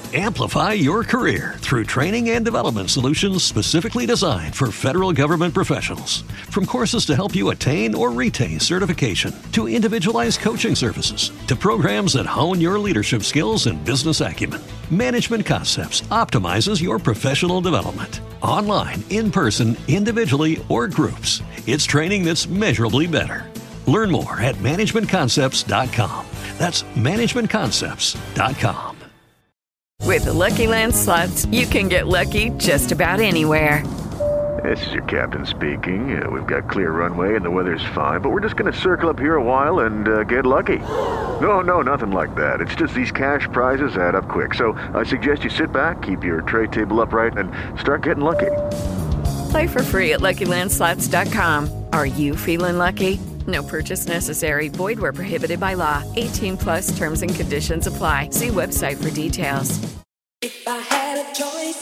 Amplify your career through training and development solutions specifically designed for federal government professionals. From courses to help you attain or retain certification, to individualized coaching services, to programs that hone your leadership skills and business acumen, Management Concepts optimizes your professional development. Online, in person, individually, or groups, it's training that's measurably better. Learn more at managementconcepts.com. That's managementconcepts.com. With the Lucky Land Slots, you can get lucky just about anywhere. This is your captain speaking. We've got clear runway and the weather's fine, but we're just going to circle up here a while and get lucky. No, nothing like that. It's just these cash prizes add up quick. So I suggest you sit back, keep your tray table upright, and start getting lucky. Play for free at LuckyLandSlots.com. Are you feeling lucky? No purchase necessary. Void where prohibited by law. 18 plus terms and conditions apply. See website for details. If I had a choice,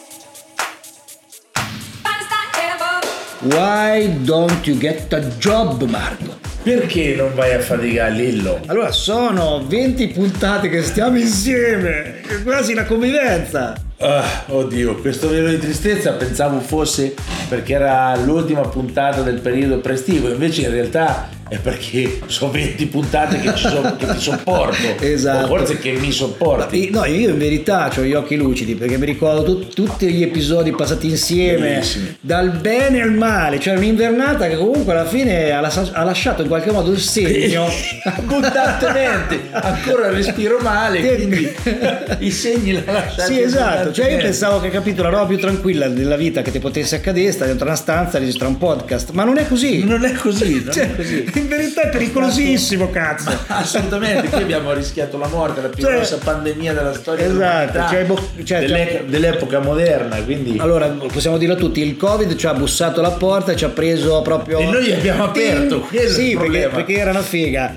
why don't you get a job, Marco? Perché non vai a faticare, Lillo? Allora, sono 20 puntate che stiamo insieme, è quasi una convivenza. Oddio, questo velo di tristezza pensavo fosse perché era l'ultima puntata del periodo prestivo, invece in realtà è perché sono 20 puntate che ti sopporto. Esatto. O forse che mi sopporti. No, io in verità ho gli occhi lucidi perché mi ricordo tutti gli episodi passati insieme. Bellissimi. Dal bene al male, cioè un'invernata che comunque alla fine ha lasciato in qualche modo il segno. Abbondantemente. Ancora respiro male, quindi i segni l'ha lasciato. Sì, esatto, cioè io pensavo che, capito, la roba più tranquilla della vita che ti potesse accadere sta dentro una stanza a registrare un podcast, ma non è così. Non è così. In verità è pericolosissimo, cazzo. Assolutamente, qui abbiamo rischiato la morte, la più grossa pandemia della storia dell'epoca moderna, quindi allora possiamo dirlo a tutti, il Covid ci ha bussato alla porta e ci ha preso proprio e noi abbiamo aperto. Sì, perché era una figa.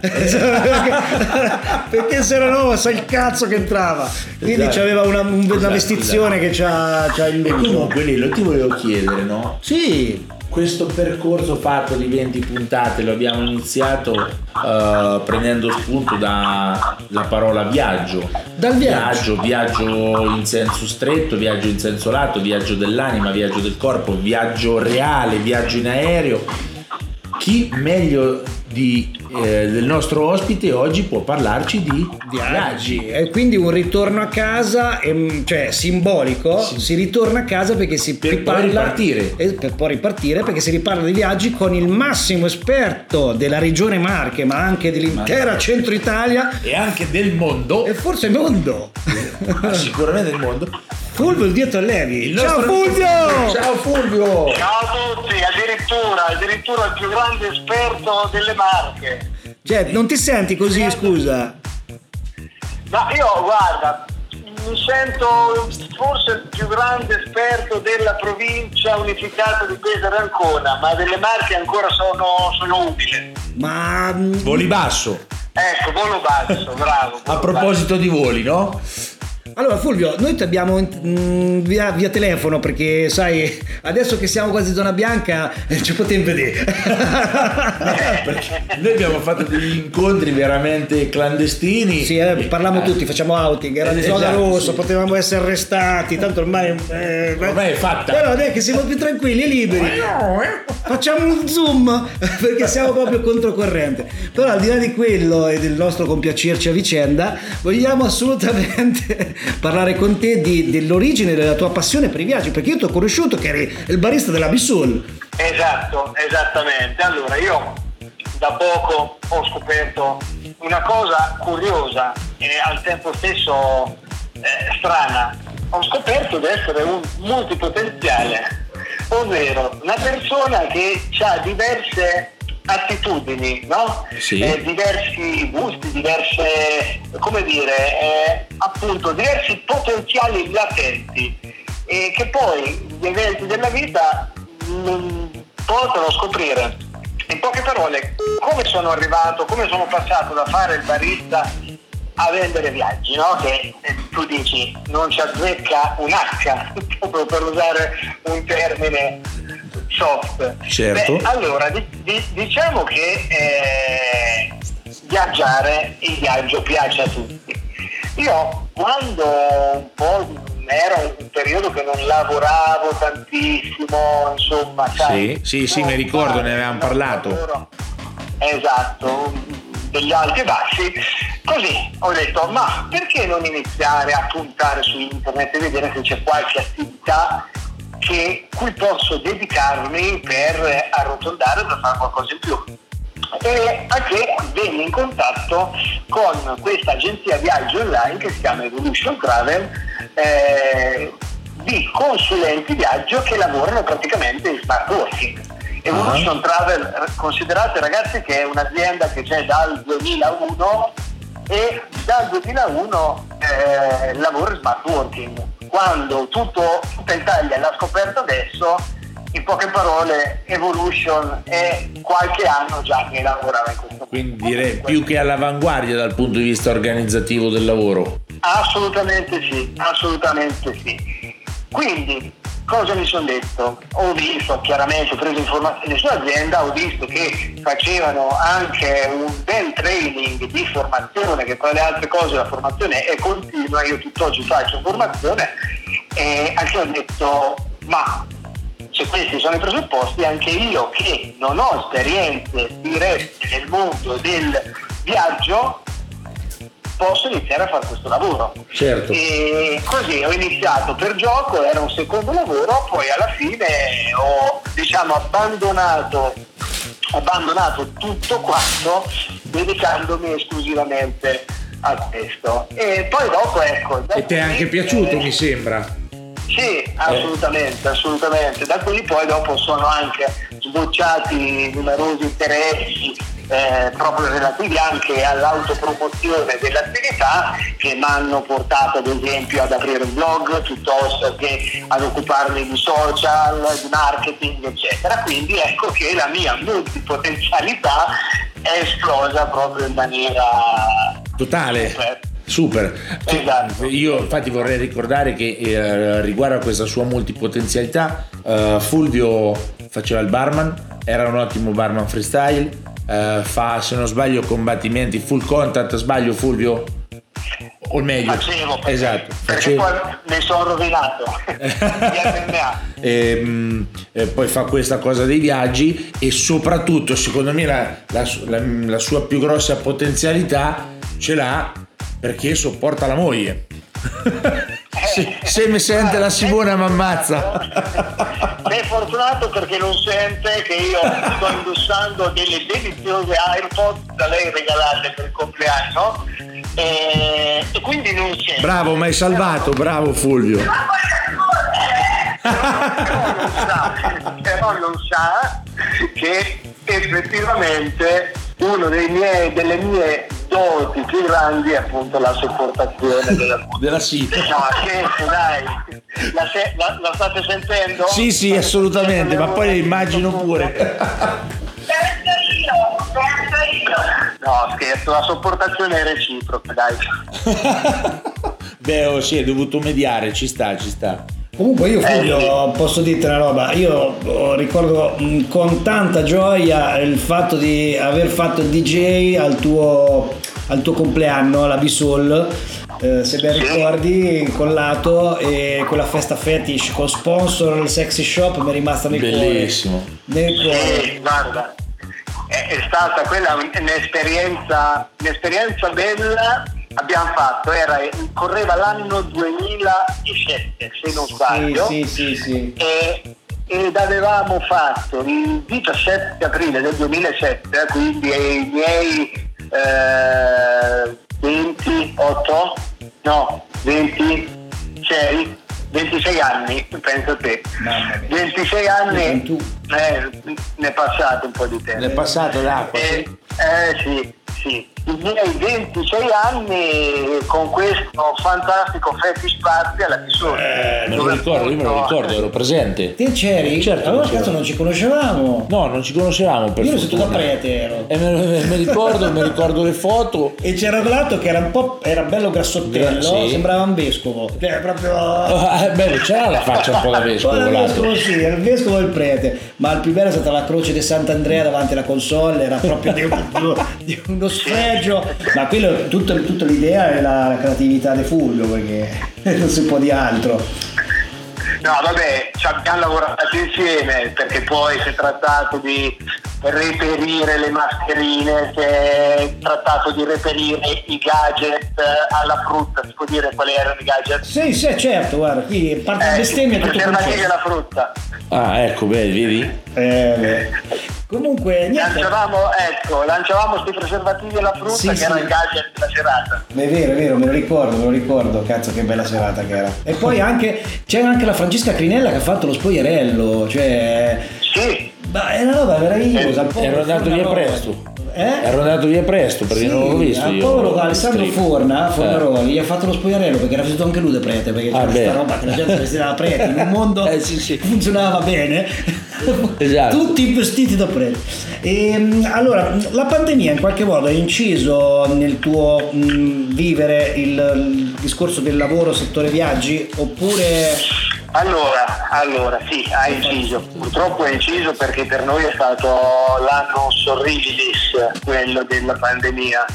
Perché se era nuovo sai il cazzo che entrava, quindi c'aveva una vestizione che ci ha illuso. Comunque Lillo, ti volevo chiedere, no? Sì. Questo percorso fatto di 20 puntate lo abbiamo iniziato prendendo spunto dalla parola viaggio. Dal viaggio in senso stretto, viaggio in senso lato, viaggio dell'anima, viaggio del corpo, viaggio reale, viaggio in aereo. Chi meglio del nostro ospite oggi può parlarci di viaggi. E quindi un ritorno a casa, cioè simbolico, sì. Si ritorna a casa perché per poi ripartire perché si riparla di viaggi con il massimo esperto della regione Marche, ma anche dell'intera centro Italia e anche del mondo, e forse mondo. Sicuramente del mondo. Fulvio Dietro Levi. Ciao Fulvio! Ciao Fulvio! Ciao a tutti, addirittura il più grande esperto delle Marche. Cioè, non ti senti così, scusa? Ma io, guarda, mi sento forse il più grande esperto della provincia unificata di Pesaro e Ancona, ma delle Marche ancora sono umile. Ma voli basso. Ecco, volo basso, bravo. A proposito di voli, no? Allora Fulvio, noi ti abbiamo via telefono perché sai, adesso che siamo quasi zona bianca ci potremo vedere. Perché noi abbiamo fatto degli incontri veramente clandestini. Sì, parliamo tutti, facciamo outing, era zona rossa, sì. Potevamo essere arrestati, tanto ormai è fatta. Però dai che siamo più tranquilli e liberi. Facciamo un zoom perché siamo proprio controcorrente. Però al di là di quello e del nostro compiacerci a vicenda, vogliamo assolutamente parlare con te dell'origine della tua passione per i viaggi, perché io ti ho conosciuto che eri il barista della Bisol. Esatto, esattamente. Allora io da poco ho scoperto una cosa curiosa e al tempo stesso strana. Ho scoperto di essere un multipotenziale, ovvero una persona che ha diverse attitudini, no? Sì. Diversi gusti, diverse, appunto diversi potenziali latenti che poi gli eventi della vita portano a scoprire. In poche parole, come sono arrivato, come sono passato da fare il barista a vendere viaggi, no? Che tu dici non ci azzecca un H, proprio per usare un termine soft. Certo. Allora, diciamo che viaggiare, il viaggio piace a tutti. Io quando un po' era un periodo che non lavoravo tantissimo, insomma, sai, sì, mi ricordo, ne avevamo parlato. Esatto, degli alti e bassi. Così ho detto, ma perché non iniziare a puntare su internet e vedere se c'è qualche attività cui posso dedicarmi per arrotondare, per fare qualcosa in più. E anche venni in contatto con questa agenzia viaggi online che si chiama Evolution Travel, di consulenti viaggio che lavorano praticamente in smart working. Evolution Travel, considerate ragazzi che è un'azienda che c'è dal 2001 e dal 2001 lavora in smart working. Quando tutta Italia l'ha scoperto adesso, in poche parole Evolution è qualche anno già che lavorava in questo. Quindi direi più che all'avanguardia dal punto di vista organizzativo del lavoro. Assolutamente sì. Quindi cosa mi sono detto? Ho visto, chiaramente, ho preso informazioni sull'azienda, ho visto che facevano anche un bel training di formazione, che tra le altre cose la formazione è continua, io tutt'oggi faccio formazione, e anche ho detto, ma se questi sono i presupposti, anche io che non ho esperienze dirette nel mondo del viaggio posso iniziare a fare questo lavoro. Certo. E così ho iniziato per gioco, era un secondo lavoro, poi alla fine ho abbandonato tutto quanto, dedicandomi esclusivamente a questo. E poi dopo E ti è anche piaciuto, mi sembra. Sì, assolutamente. Da qui poi dopo sono anche sbocciati numerosi interessi proprio relativi anche all'autopromozione dell'attività, che mi hanno portato ad esempio ad aprire un blog piuttosto che ad occuparmi di social, di marketing, eccetera. Quindi ecco che la mia multipotenzialità è esplosa proprio in maniera totale. Super. Esatto. Io infatti vorrei ricordare che riguardo a questa sua multipotenzialità, Fulvio faceva il barman, era un ottimo barman freestyle, fa, se non sbaglio, combattimenti full contact. Sbaglio, Fulvio? O meglio, facevo, perché poi mi sono rovinato di MMA. Poi fa questa cosa dei viaggi, e soprattutto secondo me la sua più grossa potenzialità ce l'ha perché sopporta la moglie. Se mi sente la Simona mi ammazza. Sei fortunato perché non sente che io sto indossando delle deliziose AirPods da lei regalate per il compleanno, e quindi non sente. Bravo, mi hai salvato, bravo Fulvio. Però non sa che effettivamente uno delle mie doti più grandi è appunto la sopportazione della sì. No, scherzo, dai. La state sentendo? Sì, assolutamente, ma poi le immagino pure. No, scherzo, la sopportazione è reciproca, dai. Beh, sì, è dovuto mediare, ci sta. Comunque io Fulvio posso dirti una roba, io ricordo con tanta gioia il fatto di aver fatto il DJ al tuo compleanno alla B-Soul, se ben ricordi, incollato, e quella festa fetish con sponsor il Sexy Shop mi è rimasta nel bellissimo. Nel cuore. Sì, guarda, è stata quella un'esperienza bella. Abbiamo fatto, correva l'anno 2007 se non sbaglio, sì. ed avevamo fatto il 17 aprile del 2007, quindi ai miei 26 anni, penso a te. 26 anni, ne è passato un po' di tempo. Ne è passato l'acqua, sì. I miei 26 anni con questo fantastico fetish party alla Pisone. Io me lo ricordo, ero presente. Te c'eri? Certo. Allora cazzo non ci conoscevamo. No, non ci conoscevamo, per io ero fortuna. stato da prete ero. Mi ricordo le foto. E c'era Glato che era bello grassottello, sì. sembrava un vescovo. Cioè proprio. Bello, c'era la faccia un po' da vescovo. Il vescovo sì, era il vescovo e il prete. Ma il più bello è stata la croce di Sant'Andrea davanti alla console, era proprio di uno sfregio peggio, ma quello tutta l'idea è la creatività di Fulvio, perché non si può di altro. No, vabbè, ci abbiamo lavorato insieme, perché poi si è trattato di reperire le mascherine, si è trattato di reperire i gadget alla frutta. Si può dire quali erano i gadget? Sì, certo, guarda, qui parte la bestemmia, tutto preservativi alla frutta. Ah, ecco, vedi? Comunque niente. Lanciavamo questi preservativi alla frutta, che era il gadget della serata. È vero, me lo ricordo, cazzo che bella serata che era. E poi c'era anche la Francesca Crinella che ha fatto lo spogliarello, cioè sì, ma è una roba meravigliosa. Ero andato via presto. Ero andato via presto perché non l'ho visto io. Il povero Alessandro Fornaroli gli ha fatto lo spogliarello perché era vestito anche lui da prete, perché c'era questa roba che la gente vestiva da prete in un mondo funzionava bene. Esatto. Tutti vestiti da prete. E allora la pandemia in qualche modo ha inciso nel tuo vivere il discorso del lavoro settore viaggi, oppure? Allora sì, ha inciso, purtroppo ha inciso, perché per noi è stato l'anno sorribilis, quello della pandemia.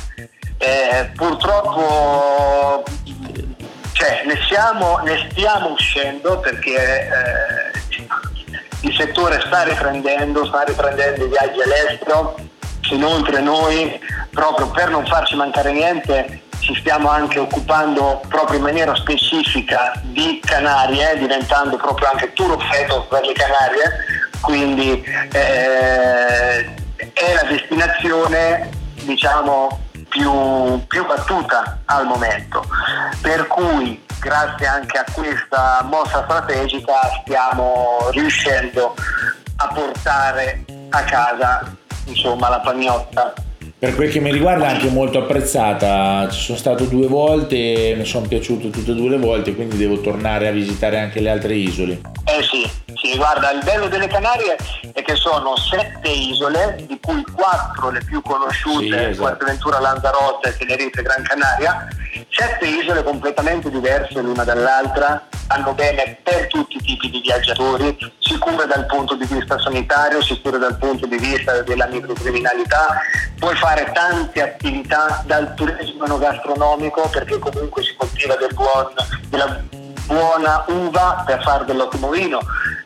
Purtroppo ne stiamo uscendo, perché il settore sta riprendendo i viaggi all'estero. Inoltre noi, proprio per non farci mancare niente, ci stiamo anche occupando proprio in maniera specifica di Canarie, diventando proprio anche tour operator per le Canarie, quindi è la destinazione, diciamo, più battuta al momento, per cui grazie anche a questa mossa strategica stiamo riuscendo a portare a casa, insomma, la pagnotta. Per quel che mi riguarda anche molto apprezzata, ci sono stato 2 volte, mi sono piaciuto tutte e 2 le volte, quindi devo tornare a visitare anche le altre isole. Sì, guarda, il bello delle Canarie è che sono 7 isole, di cui 4 le più conosciute, Fuerteventura, Lanzarote, Tenerife e Gran Canaria. 7 isole completamente diverse l'una dall'altra, vanno bene per tutti i tipi di viaggiatori, sicure dal punto di vista sanitario, sicure dal punto di vista della microcriminalità. Puoi fare tante attività, dal turismo enogastronomico, perché comunque si coltiva della buona uva per fare dell'ottimo vino,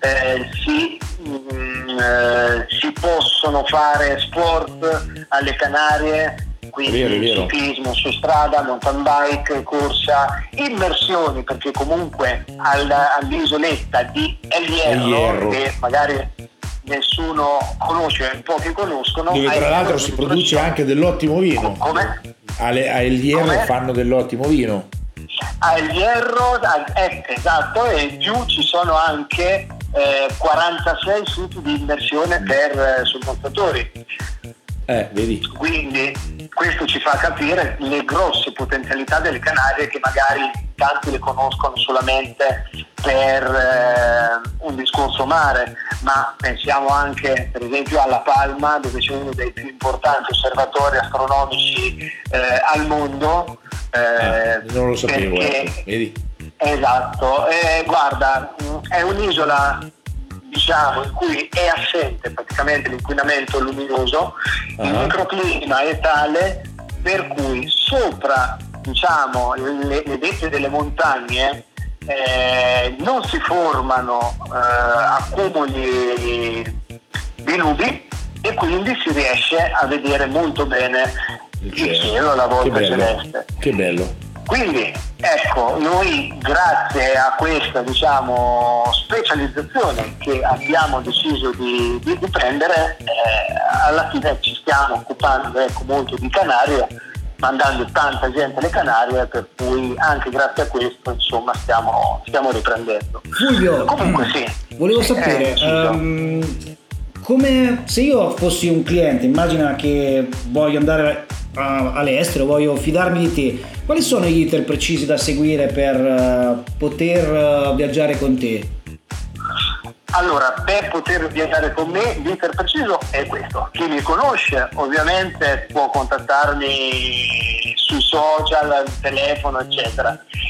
si possono fare sport alle Canarie, quindi ciclismo su strada, mountain bike, corsa, immersioni, perché comunque all'isoletta di El Hierro, che magari nessuno conosce, pochi conoscono, dove tra l'altro si produce anche dell'ottimo vino. Come? A El Hierro fanno dell'ottimo vino. A El Hierro, esatto, e giù ci sono anche 46 siti di immersione per sommostatori. Vedi. Quindi questo ci fa capire le grosse potenzialità delle Canarie, che magari tanti le conoscono solamente per un discorso mare, ma pensiamo anche per esempio alla Palma, dove c'è uno dei più importanti osservatori astronomici al mondo. Non lo sapevo, vedi? Esatto, guarda, è un'isola, diciamo, in cui è assente praticamente l'inquinamento luminoso, il microclima è tale per cui sopra, diciamo, le vette delle montagne non si formano accumuli di nubi, e quindi si riesce a vedere molto bene il cielo, la volta celeste. Che bello. Quindi ecco, noi grazie a questa, diciamo, specializzazione che abbiamo deciso di prendere, alla fine ci stiamo occupando, ecco, molto di Canarie, mandando tanta gente alle Canarie, per cui anche grazie a questo, insomma, stiamo riprendendo. Fulvio, comunque sì, volevo sapere, come se io fossi un cliente, immagina che voglio andare all'estero, voglio fidarmi di te, quali sono gli iter precisi da seguire per poter viaggiare con te? Allora, per poter viaggiare con me, l'iter preciso è questo. Chi mi conosce ovviamente può contattarmi sui social, al telefono, eccetera.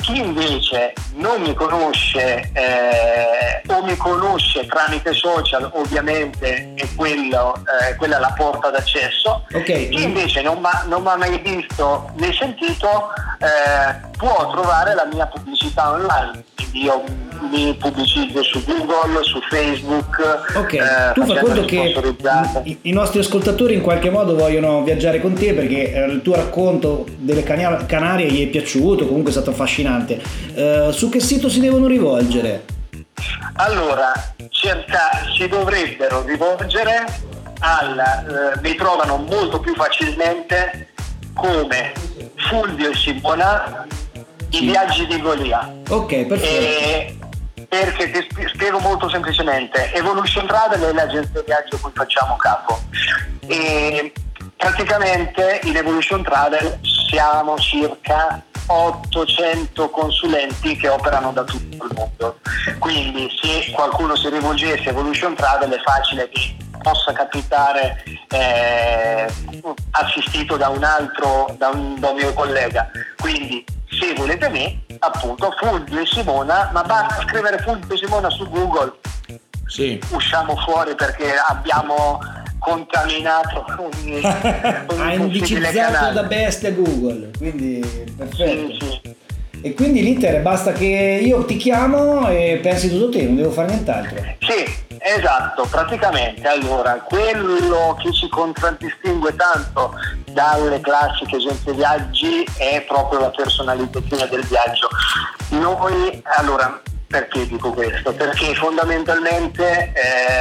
chi invece non mi conosce o mi conosce tramite social, ovviamente è quella la porta d'accesso. Okay. Chi invece non mi ha mai visto né sentito può trovare la mia pubblicità online. Quindi io mi pubblicizzo su Google, su Facebook. Ok, tu fai conto che i nostri ascoltatori in qualche modo vogliono viaggiare con te perché il tuo racconto delle Canarie gli è piaciuto, comunque è stato affascinante. Su che sito si devono rivolgere? Allora, si dovrebbero rivolgere mi trovano molto più facilmente come Fulvio e Simona, i viaggi di Golia. Ok, perfetto. Perché ti spiego molto semplicemente. Evolution Travel è l'agenzia di viaggio a cui facciamo capo e praticamente in Evolution Travel siamo circa 800 consulenti che operano da tutto il mondo, quindi se qualcuno si rivolgesse a Evolution Travel è facile che possa capitare assistito da un mio collega. Quindi se volete me, appunto, Fulvio e Simona, ma basta scrivere Fulvio e Simona su Google, sì, usciamo fuori perché abbiamo contaminato ogni ha indicizzato da bestia Google, quindi perfetto. Sì. E quindi l'iter basta che io ti chiamo e pensi tutto te, non devo fare nient'altro. Sì, esatto, praticamente. Allora, quello che ci contraddistingue tanto dalle classiche agenzie viaggi è proprio la personalizzazione del viaggio. Noi, allora, perché dico questo? Perché fondamentalmente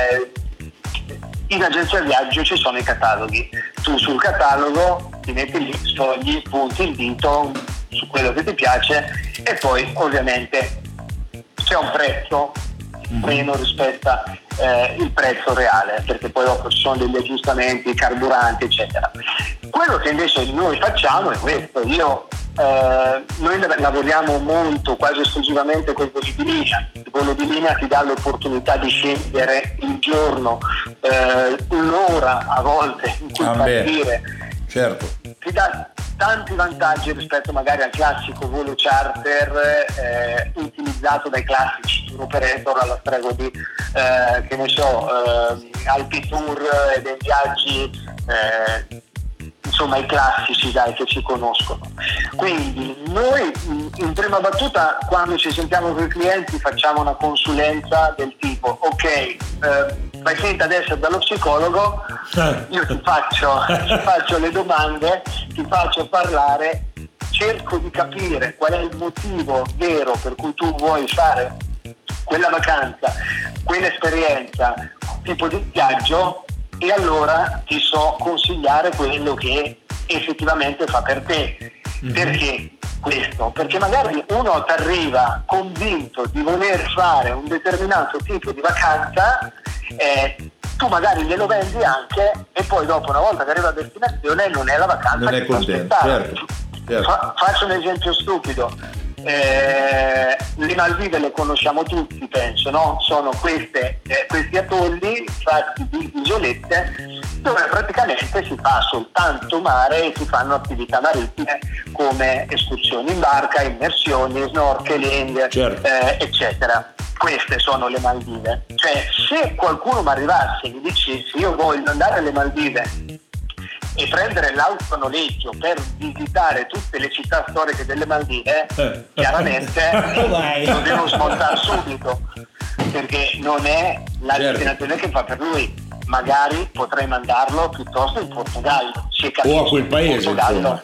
in agenzia viaggio ci sono i cataloghi. Tu sul catalogo ti metti lì, scegli, punti il dito su quello che ti piace e poi ovviamente c'è un prezzo meno rispetto il prezzo reale, perché poi dopo ci sono degli aggiustamenti, carburanti eccetera. Quello che invece noi facciamo è questo. Noi lavoriamo molto, quasi esclusivamente con il volo di linea. Il volo di linea ti dà l'opportunità di scegliere il giorno, l'ora a volte in cui partire. Certo. Ti dà tanti vantaggi rispetto magari al classico volo charter utilizzato dai classici tour operator alla stregua di che ne so, Alpi Tour e dei viaggi, insomma i classici dai che ci conoscono. Quindi noi in prima battuta quando ci sentiamo con i clienti facciamo una consulenza del tipo ok, fai finta di essere dallo psicologo, io ti faccio le domande, ti faccio parlare, cerco di capire qual è il motivo vero per cui tu vuoi fare quella vacanza, quell'esperienza, tipo di viaggio, e allora ti so consigliare quello che effettivamente fa per te. Perché questo? Perché magari uno ti arriva convinto di voler fare un determinato tipo di vacanza, tu magari glielo vendi anche e poi dopo una volta che arriva a destinazione non è la vacanza non che è contento. Certo. Faccio un esempio stupido. Le Maldive le conosciamo tutti, penso, no? Sono questi atolli fatti di isolette dove praticamente si fa soltanto mare e si fanno attività marittime come escursioni in barca, immersioni, snorkeling, certo, eccetera. Queste sono le Maldive. Cioè, se qualcuno mi arrivasse e mi dicesse io voglio andare alle Maldive e prendere l'autonoleggio per visitare tutte le città storiche delle Maldive, chiaramente lo devo smontare subito, perché non è la destinazione che fa per lui. Magari potrei mandarlo piuttosto in Portogallo, o a quel paese, Esatto.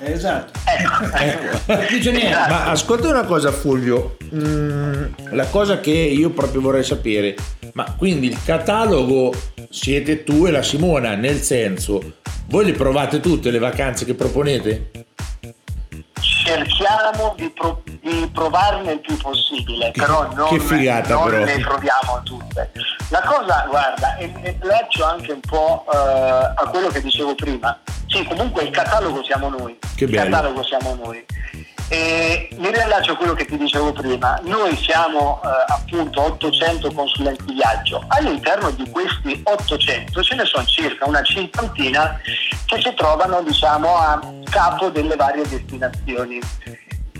Esatto. Ma ascolta una cosa, Fulvio, la cosa che io proprio vorrei sapere, ma quindi il catalogo siete tu e la Simona, nel senso, voi le provate tutte le vacanze che proponete? Cerchiamo di provarne il più possibile, però non le proviamo tutte. La cosa, guarda, e lascio anche un po' a quello che dicevo prima. Sì, comunque il catalogo siamo noi. Che bello. Il catalogo siamo noi. E mi riallaccio a quello che ti dicevo prima. Noi siamo appunto 800 consulenti di viaggio. All'interno di questi 800 ce ne sono circa una cinquantina che si trovano, diciamo, a capo delle varie destinazioni.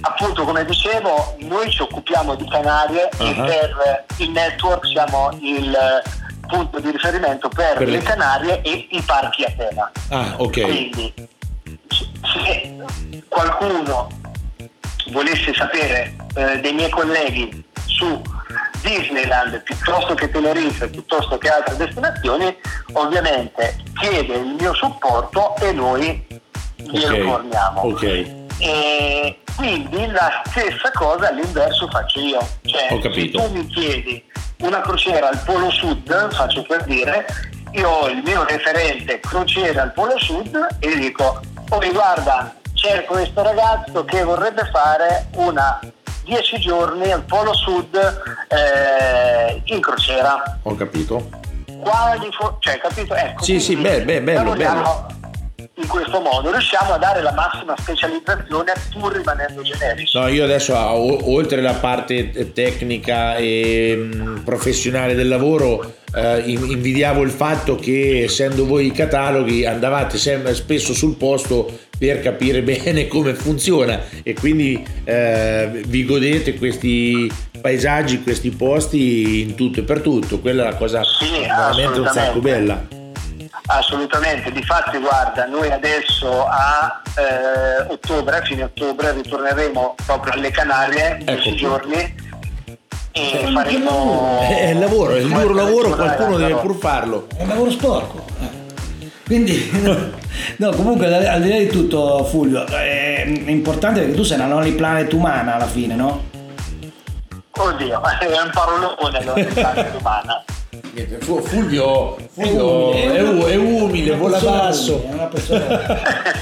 appunto, come dicevo, noi ci occupiamo di Canarie e per il network siamo il punto di riferimento per le Canarie e i parchi a tema. Ok. Quindi se qualcuno volesse sapere dei miei colleghi su Disneyland piuttosto che Tenerife, piuttosto che altre destinazioni, ovviamente chiede il mio supporto e noi glielo forniamo. E quindi la stessa cosa all'inverso faccio io, cioè se tu mi chiedi una crociera al Polo Sud, faccio per dire, io ho il mio referente crociera al Polo Sud e gli dico: poi guarda, c'è questo ragazzo che vorrebbe fare una 10 giorni al Polo Sud in crociera. Ho capito. Cioè, capito? Ecco, sì, bello. In questo modo riusciamo a dare la massima specializzazione pur rimanendo generici. No, io adesso, oltre la parte tecnica e professionale del lavoro, invidiavo il fatto che, essendo voi i cataloghi, andavate spesso sul posto per capire bene come funziona e quindi vi godete questi paesaggi, questi posti in tutto e per tutto. Quella è la cosa veramente un sacco bella. Assolutamente, difatti guarda, noi adesso a fine ottobre ritorneremo proprio alle Canarie 10 giorni e faremo è il lavoro, è il duro lavoro, qualcuno deve pur farlo, è un lavoro sporco. Quindi no, comunque al di là di tutto, Fulvio, è importante perché tu sei una Lonely Planet umana alla fine, no? Oddio, è un parolone Lonely Planet umana. Fulvio è umile, vola basso. È una persona.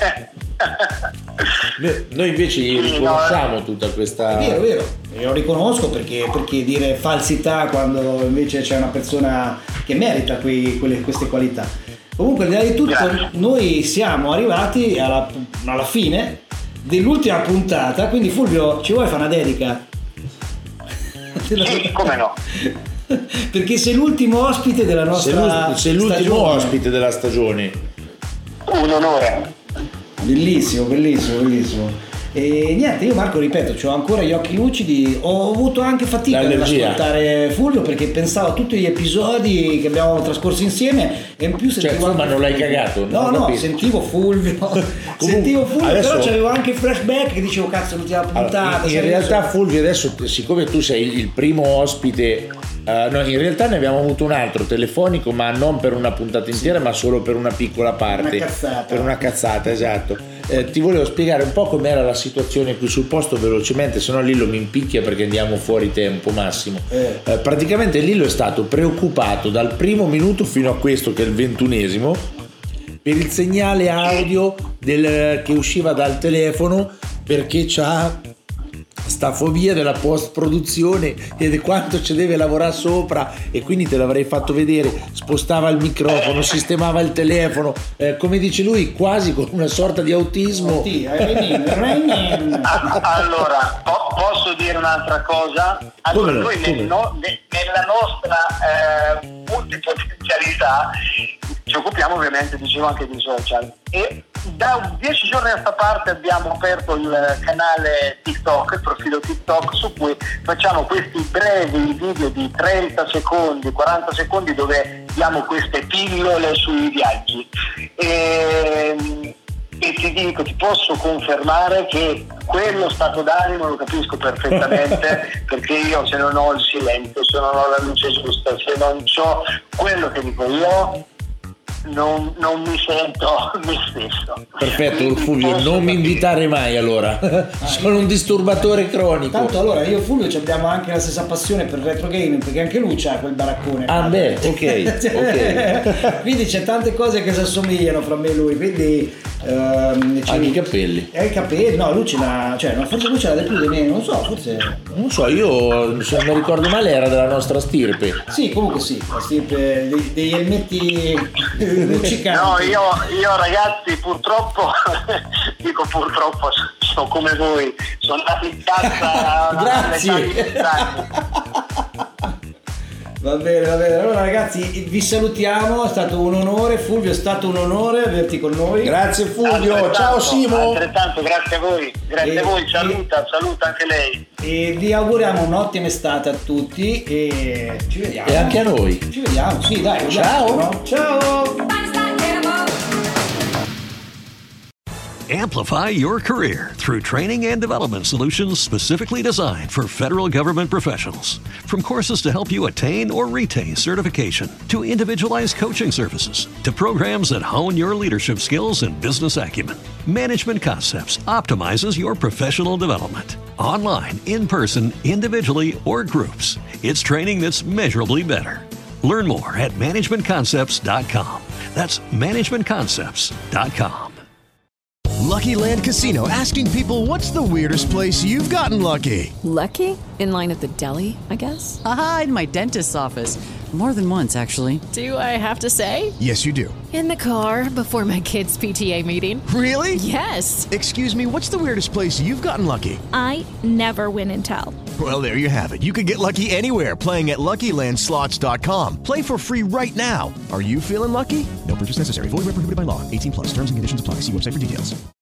Noi invece riconosciamo tutta questa. È vero, io lo riconosco perché dire falsità quando invece c'è una persona che merita queste qualità. Comunque, al di là di tutto, noi siamo arrivati alla fine dell'ultima puntata, quindi Fulvio, ci vuoi fare una dedica? Sì, come no? Perché sei l'ultimo ospite della nostra sei l'ultimo ospite della stagione. Un onore. Bellissimo. E niente, io Marco, ripeto, ho ancora gli occhi lucidi, ho avuto anche fatica nell'ascoltare Fulvio perché pensavo a tutti gli episodi che abbiamo trascorso insieme e in più sentivo ma non l'hai cagato? No, sentivo Fulvio adesso... però c'avevo anche il flashback che dicevo cazzo l'ultima puntata. In realtà Fulvio, adesso siccome tu sei il primo ospite, no, in realtà ne abbiamo avuto un altro telefonico, ma non per una puntata intera, ma solo per una piccola parte, per una cazzata, esatto. Ti volevo spiegare un po' com'era la situazione qui sul posto velocemente, se no Lillo mi impicchia perché andiamo fuori tempo massimo. Praticamente Lillo è stato preoccupato dal primo minuto fino a questo, che è il 21esimo, per il segnale audio che usciva dal telefono, perché c'ha sta fobia della post produzione e di quanto ci deve lavorare sopra, e quindi te l'avrei fatto vedere, spostava il microfono, sistemava il telefono, come dice lui, quasi con una sorta di autismo. Allora, posso dire un'altra cosa? Allora, noi nella nostra multipotenzialità ci occupiamo ovviamente, dicevo, anche di social, e da 10 giorni a sta parte abbiamo aperto il canale TikTok, il profilo TikTok, su cui facciamo questi brevi video di 30 secondi, 40 secondi dove diamo queste pillole sui viaggi e ti posso confermare che quello stato d'animo lo capisco perfettamente perché io, se non ho il silenzio, se non ho la luce giusta, se non ho quello che dico io, non mi sento me stesso. Perfetto, Fulvio, non mi invitare mai allora. Sono un disturbatore cronico. Tanto allora io e Fulvio abbiamo anche la stessa passione per retro gaming, perché anche lui c'ha quel baraccone. Ok. Quindi c'è tante cose che si assomigliano fra me e lui, quindi anche i capelli. I capelli, no, lui ce l'ha, cioè forse lui ce l'ha di più di me, non so, io se non mi ricordo male era della nostra stirpe. Sì, comunque sì, la stirpe degli elmetti luccicanti. No, io ragazzi, purtroppo dico purtroppo, sono come voi, sono nato in cassa. Grazie. Va bene. Allora ragazzi, vi salutiamo, è stato un onore. Fulvio, è stato un onore averti con noi. Grazie Fulvio, ciao Simo. Altrettanto, grazie a voi. Grazie a voi, saluta anche lei. E vi auguriamo un'ottima estate a tutti e ci vediamo. E anche a noi. Ci vediamo, sì, dai. Ciao. No? Ciao. Amplify your career through training and development solutions specifically designed for federal government professionals. From courses to help you attain or retain certification, to individualized coaching services, to programs that hone your leadership skills and business acumen, Management Concepts optimizes your professional development. Online, in person, individually, or groups, it's training that's measurably better. Learn more at managementconcepts.com. That's managementconcepts.com. Lucky Land Casino, asking people, what's the weirdest place you've gotten lucky? Lucky? In line at the deli, I guess? Aha, in my dentist's office. More than once, actually. Do I have to say? Yes, you do. In the car before my kids' PTA meeting. Really? Yes. Excuse me, what's the weirdest place you've gotten lucky? I never win and tell. Well, there you have it. You can get lucky anywhere, playing at LuckyLandSlots.com. Play for free right now. Are you feeling lucky? No purchase necessary. Void where prohibited by law. 18+. Terms and conditions apply. See website for details.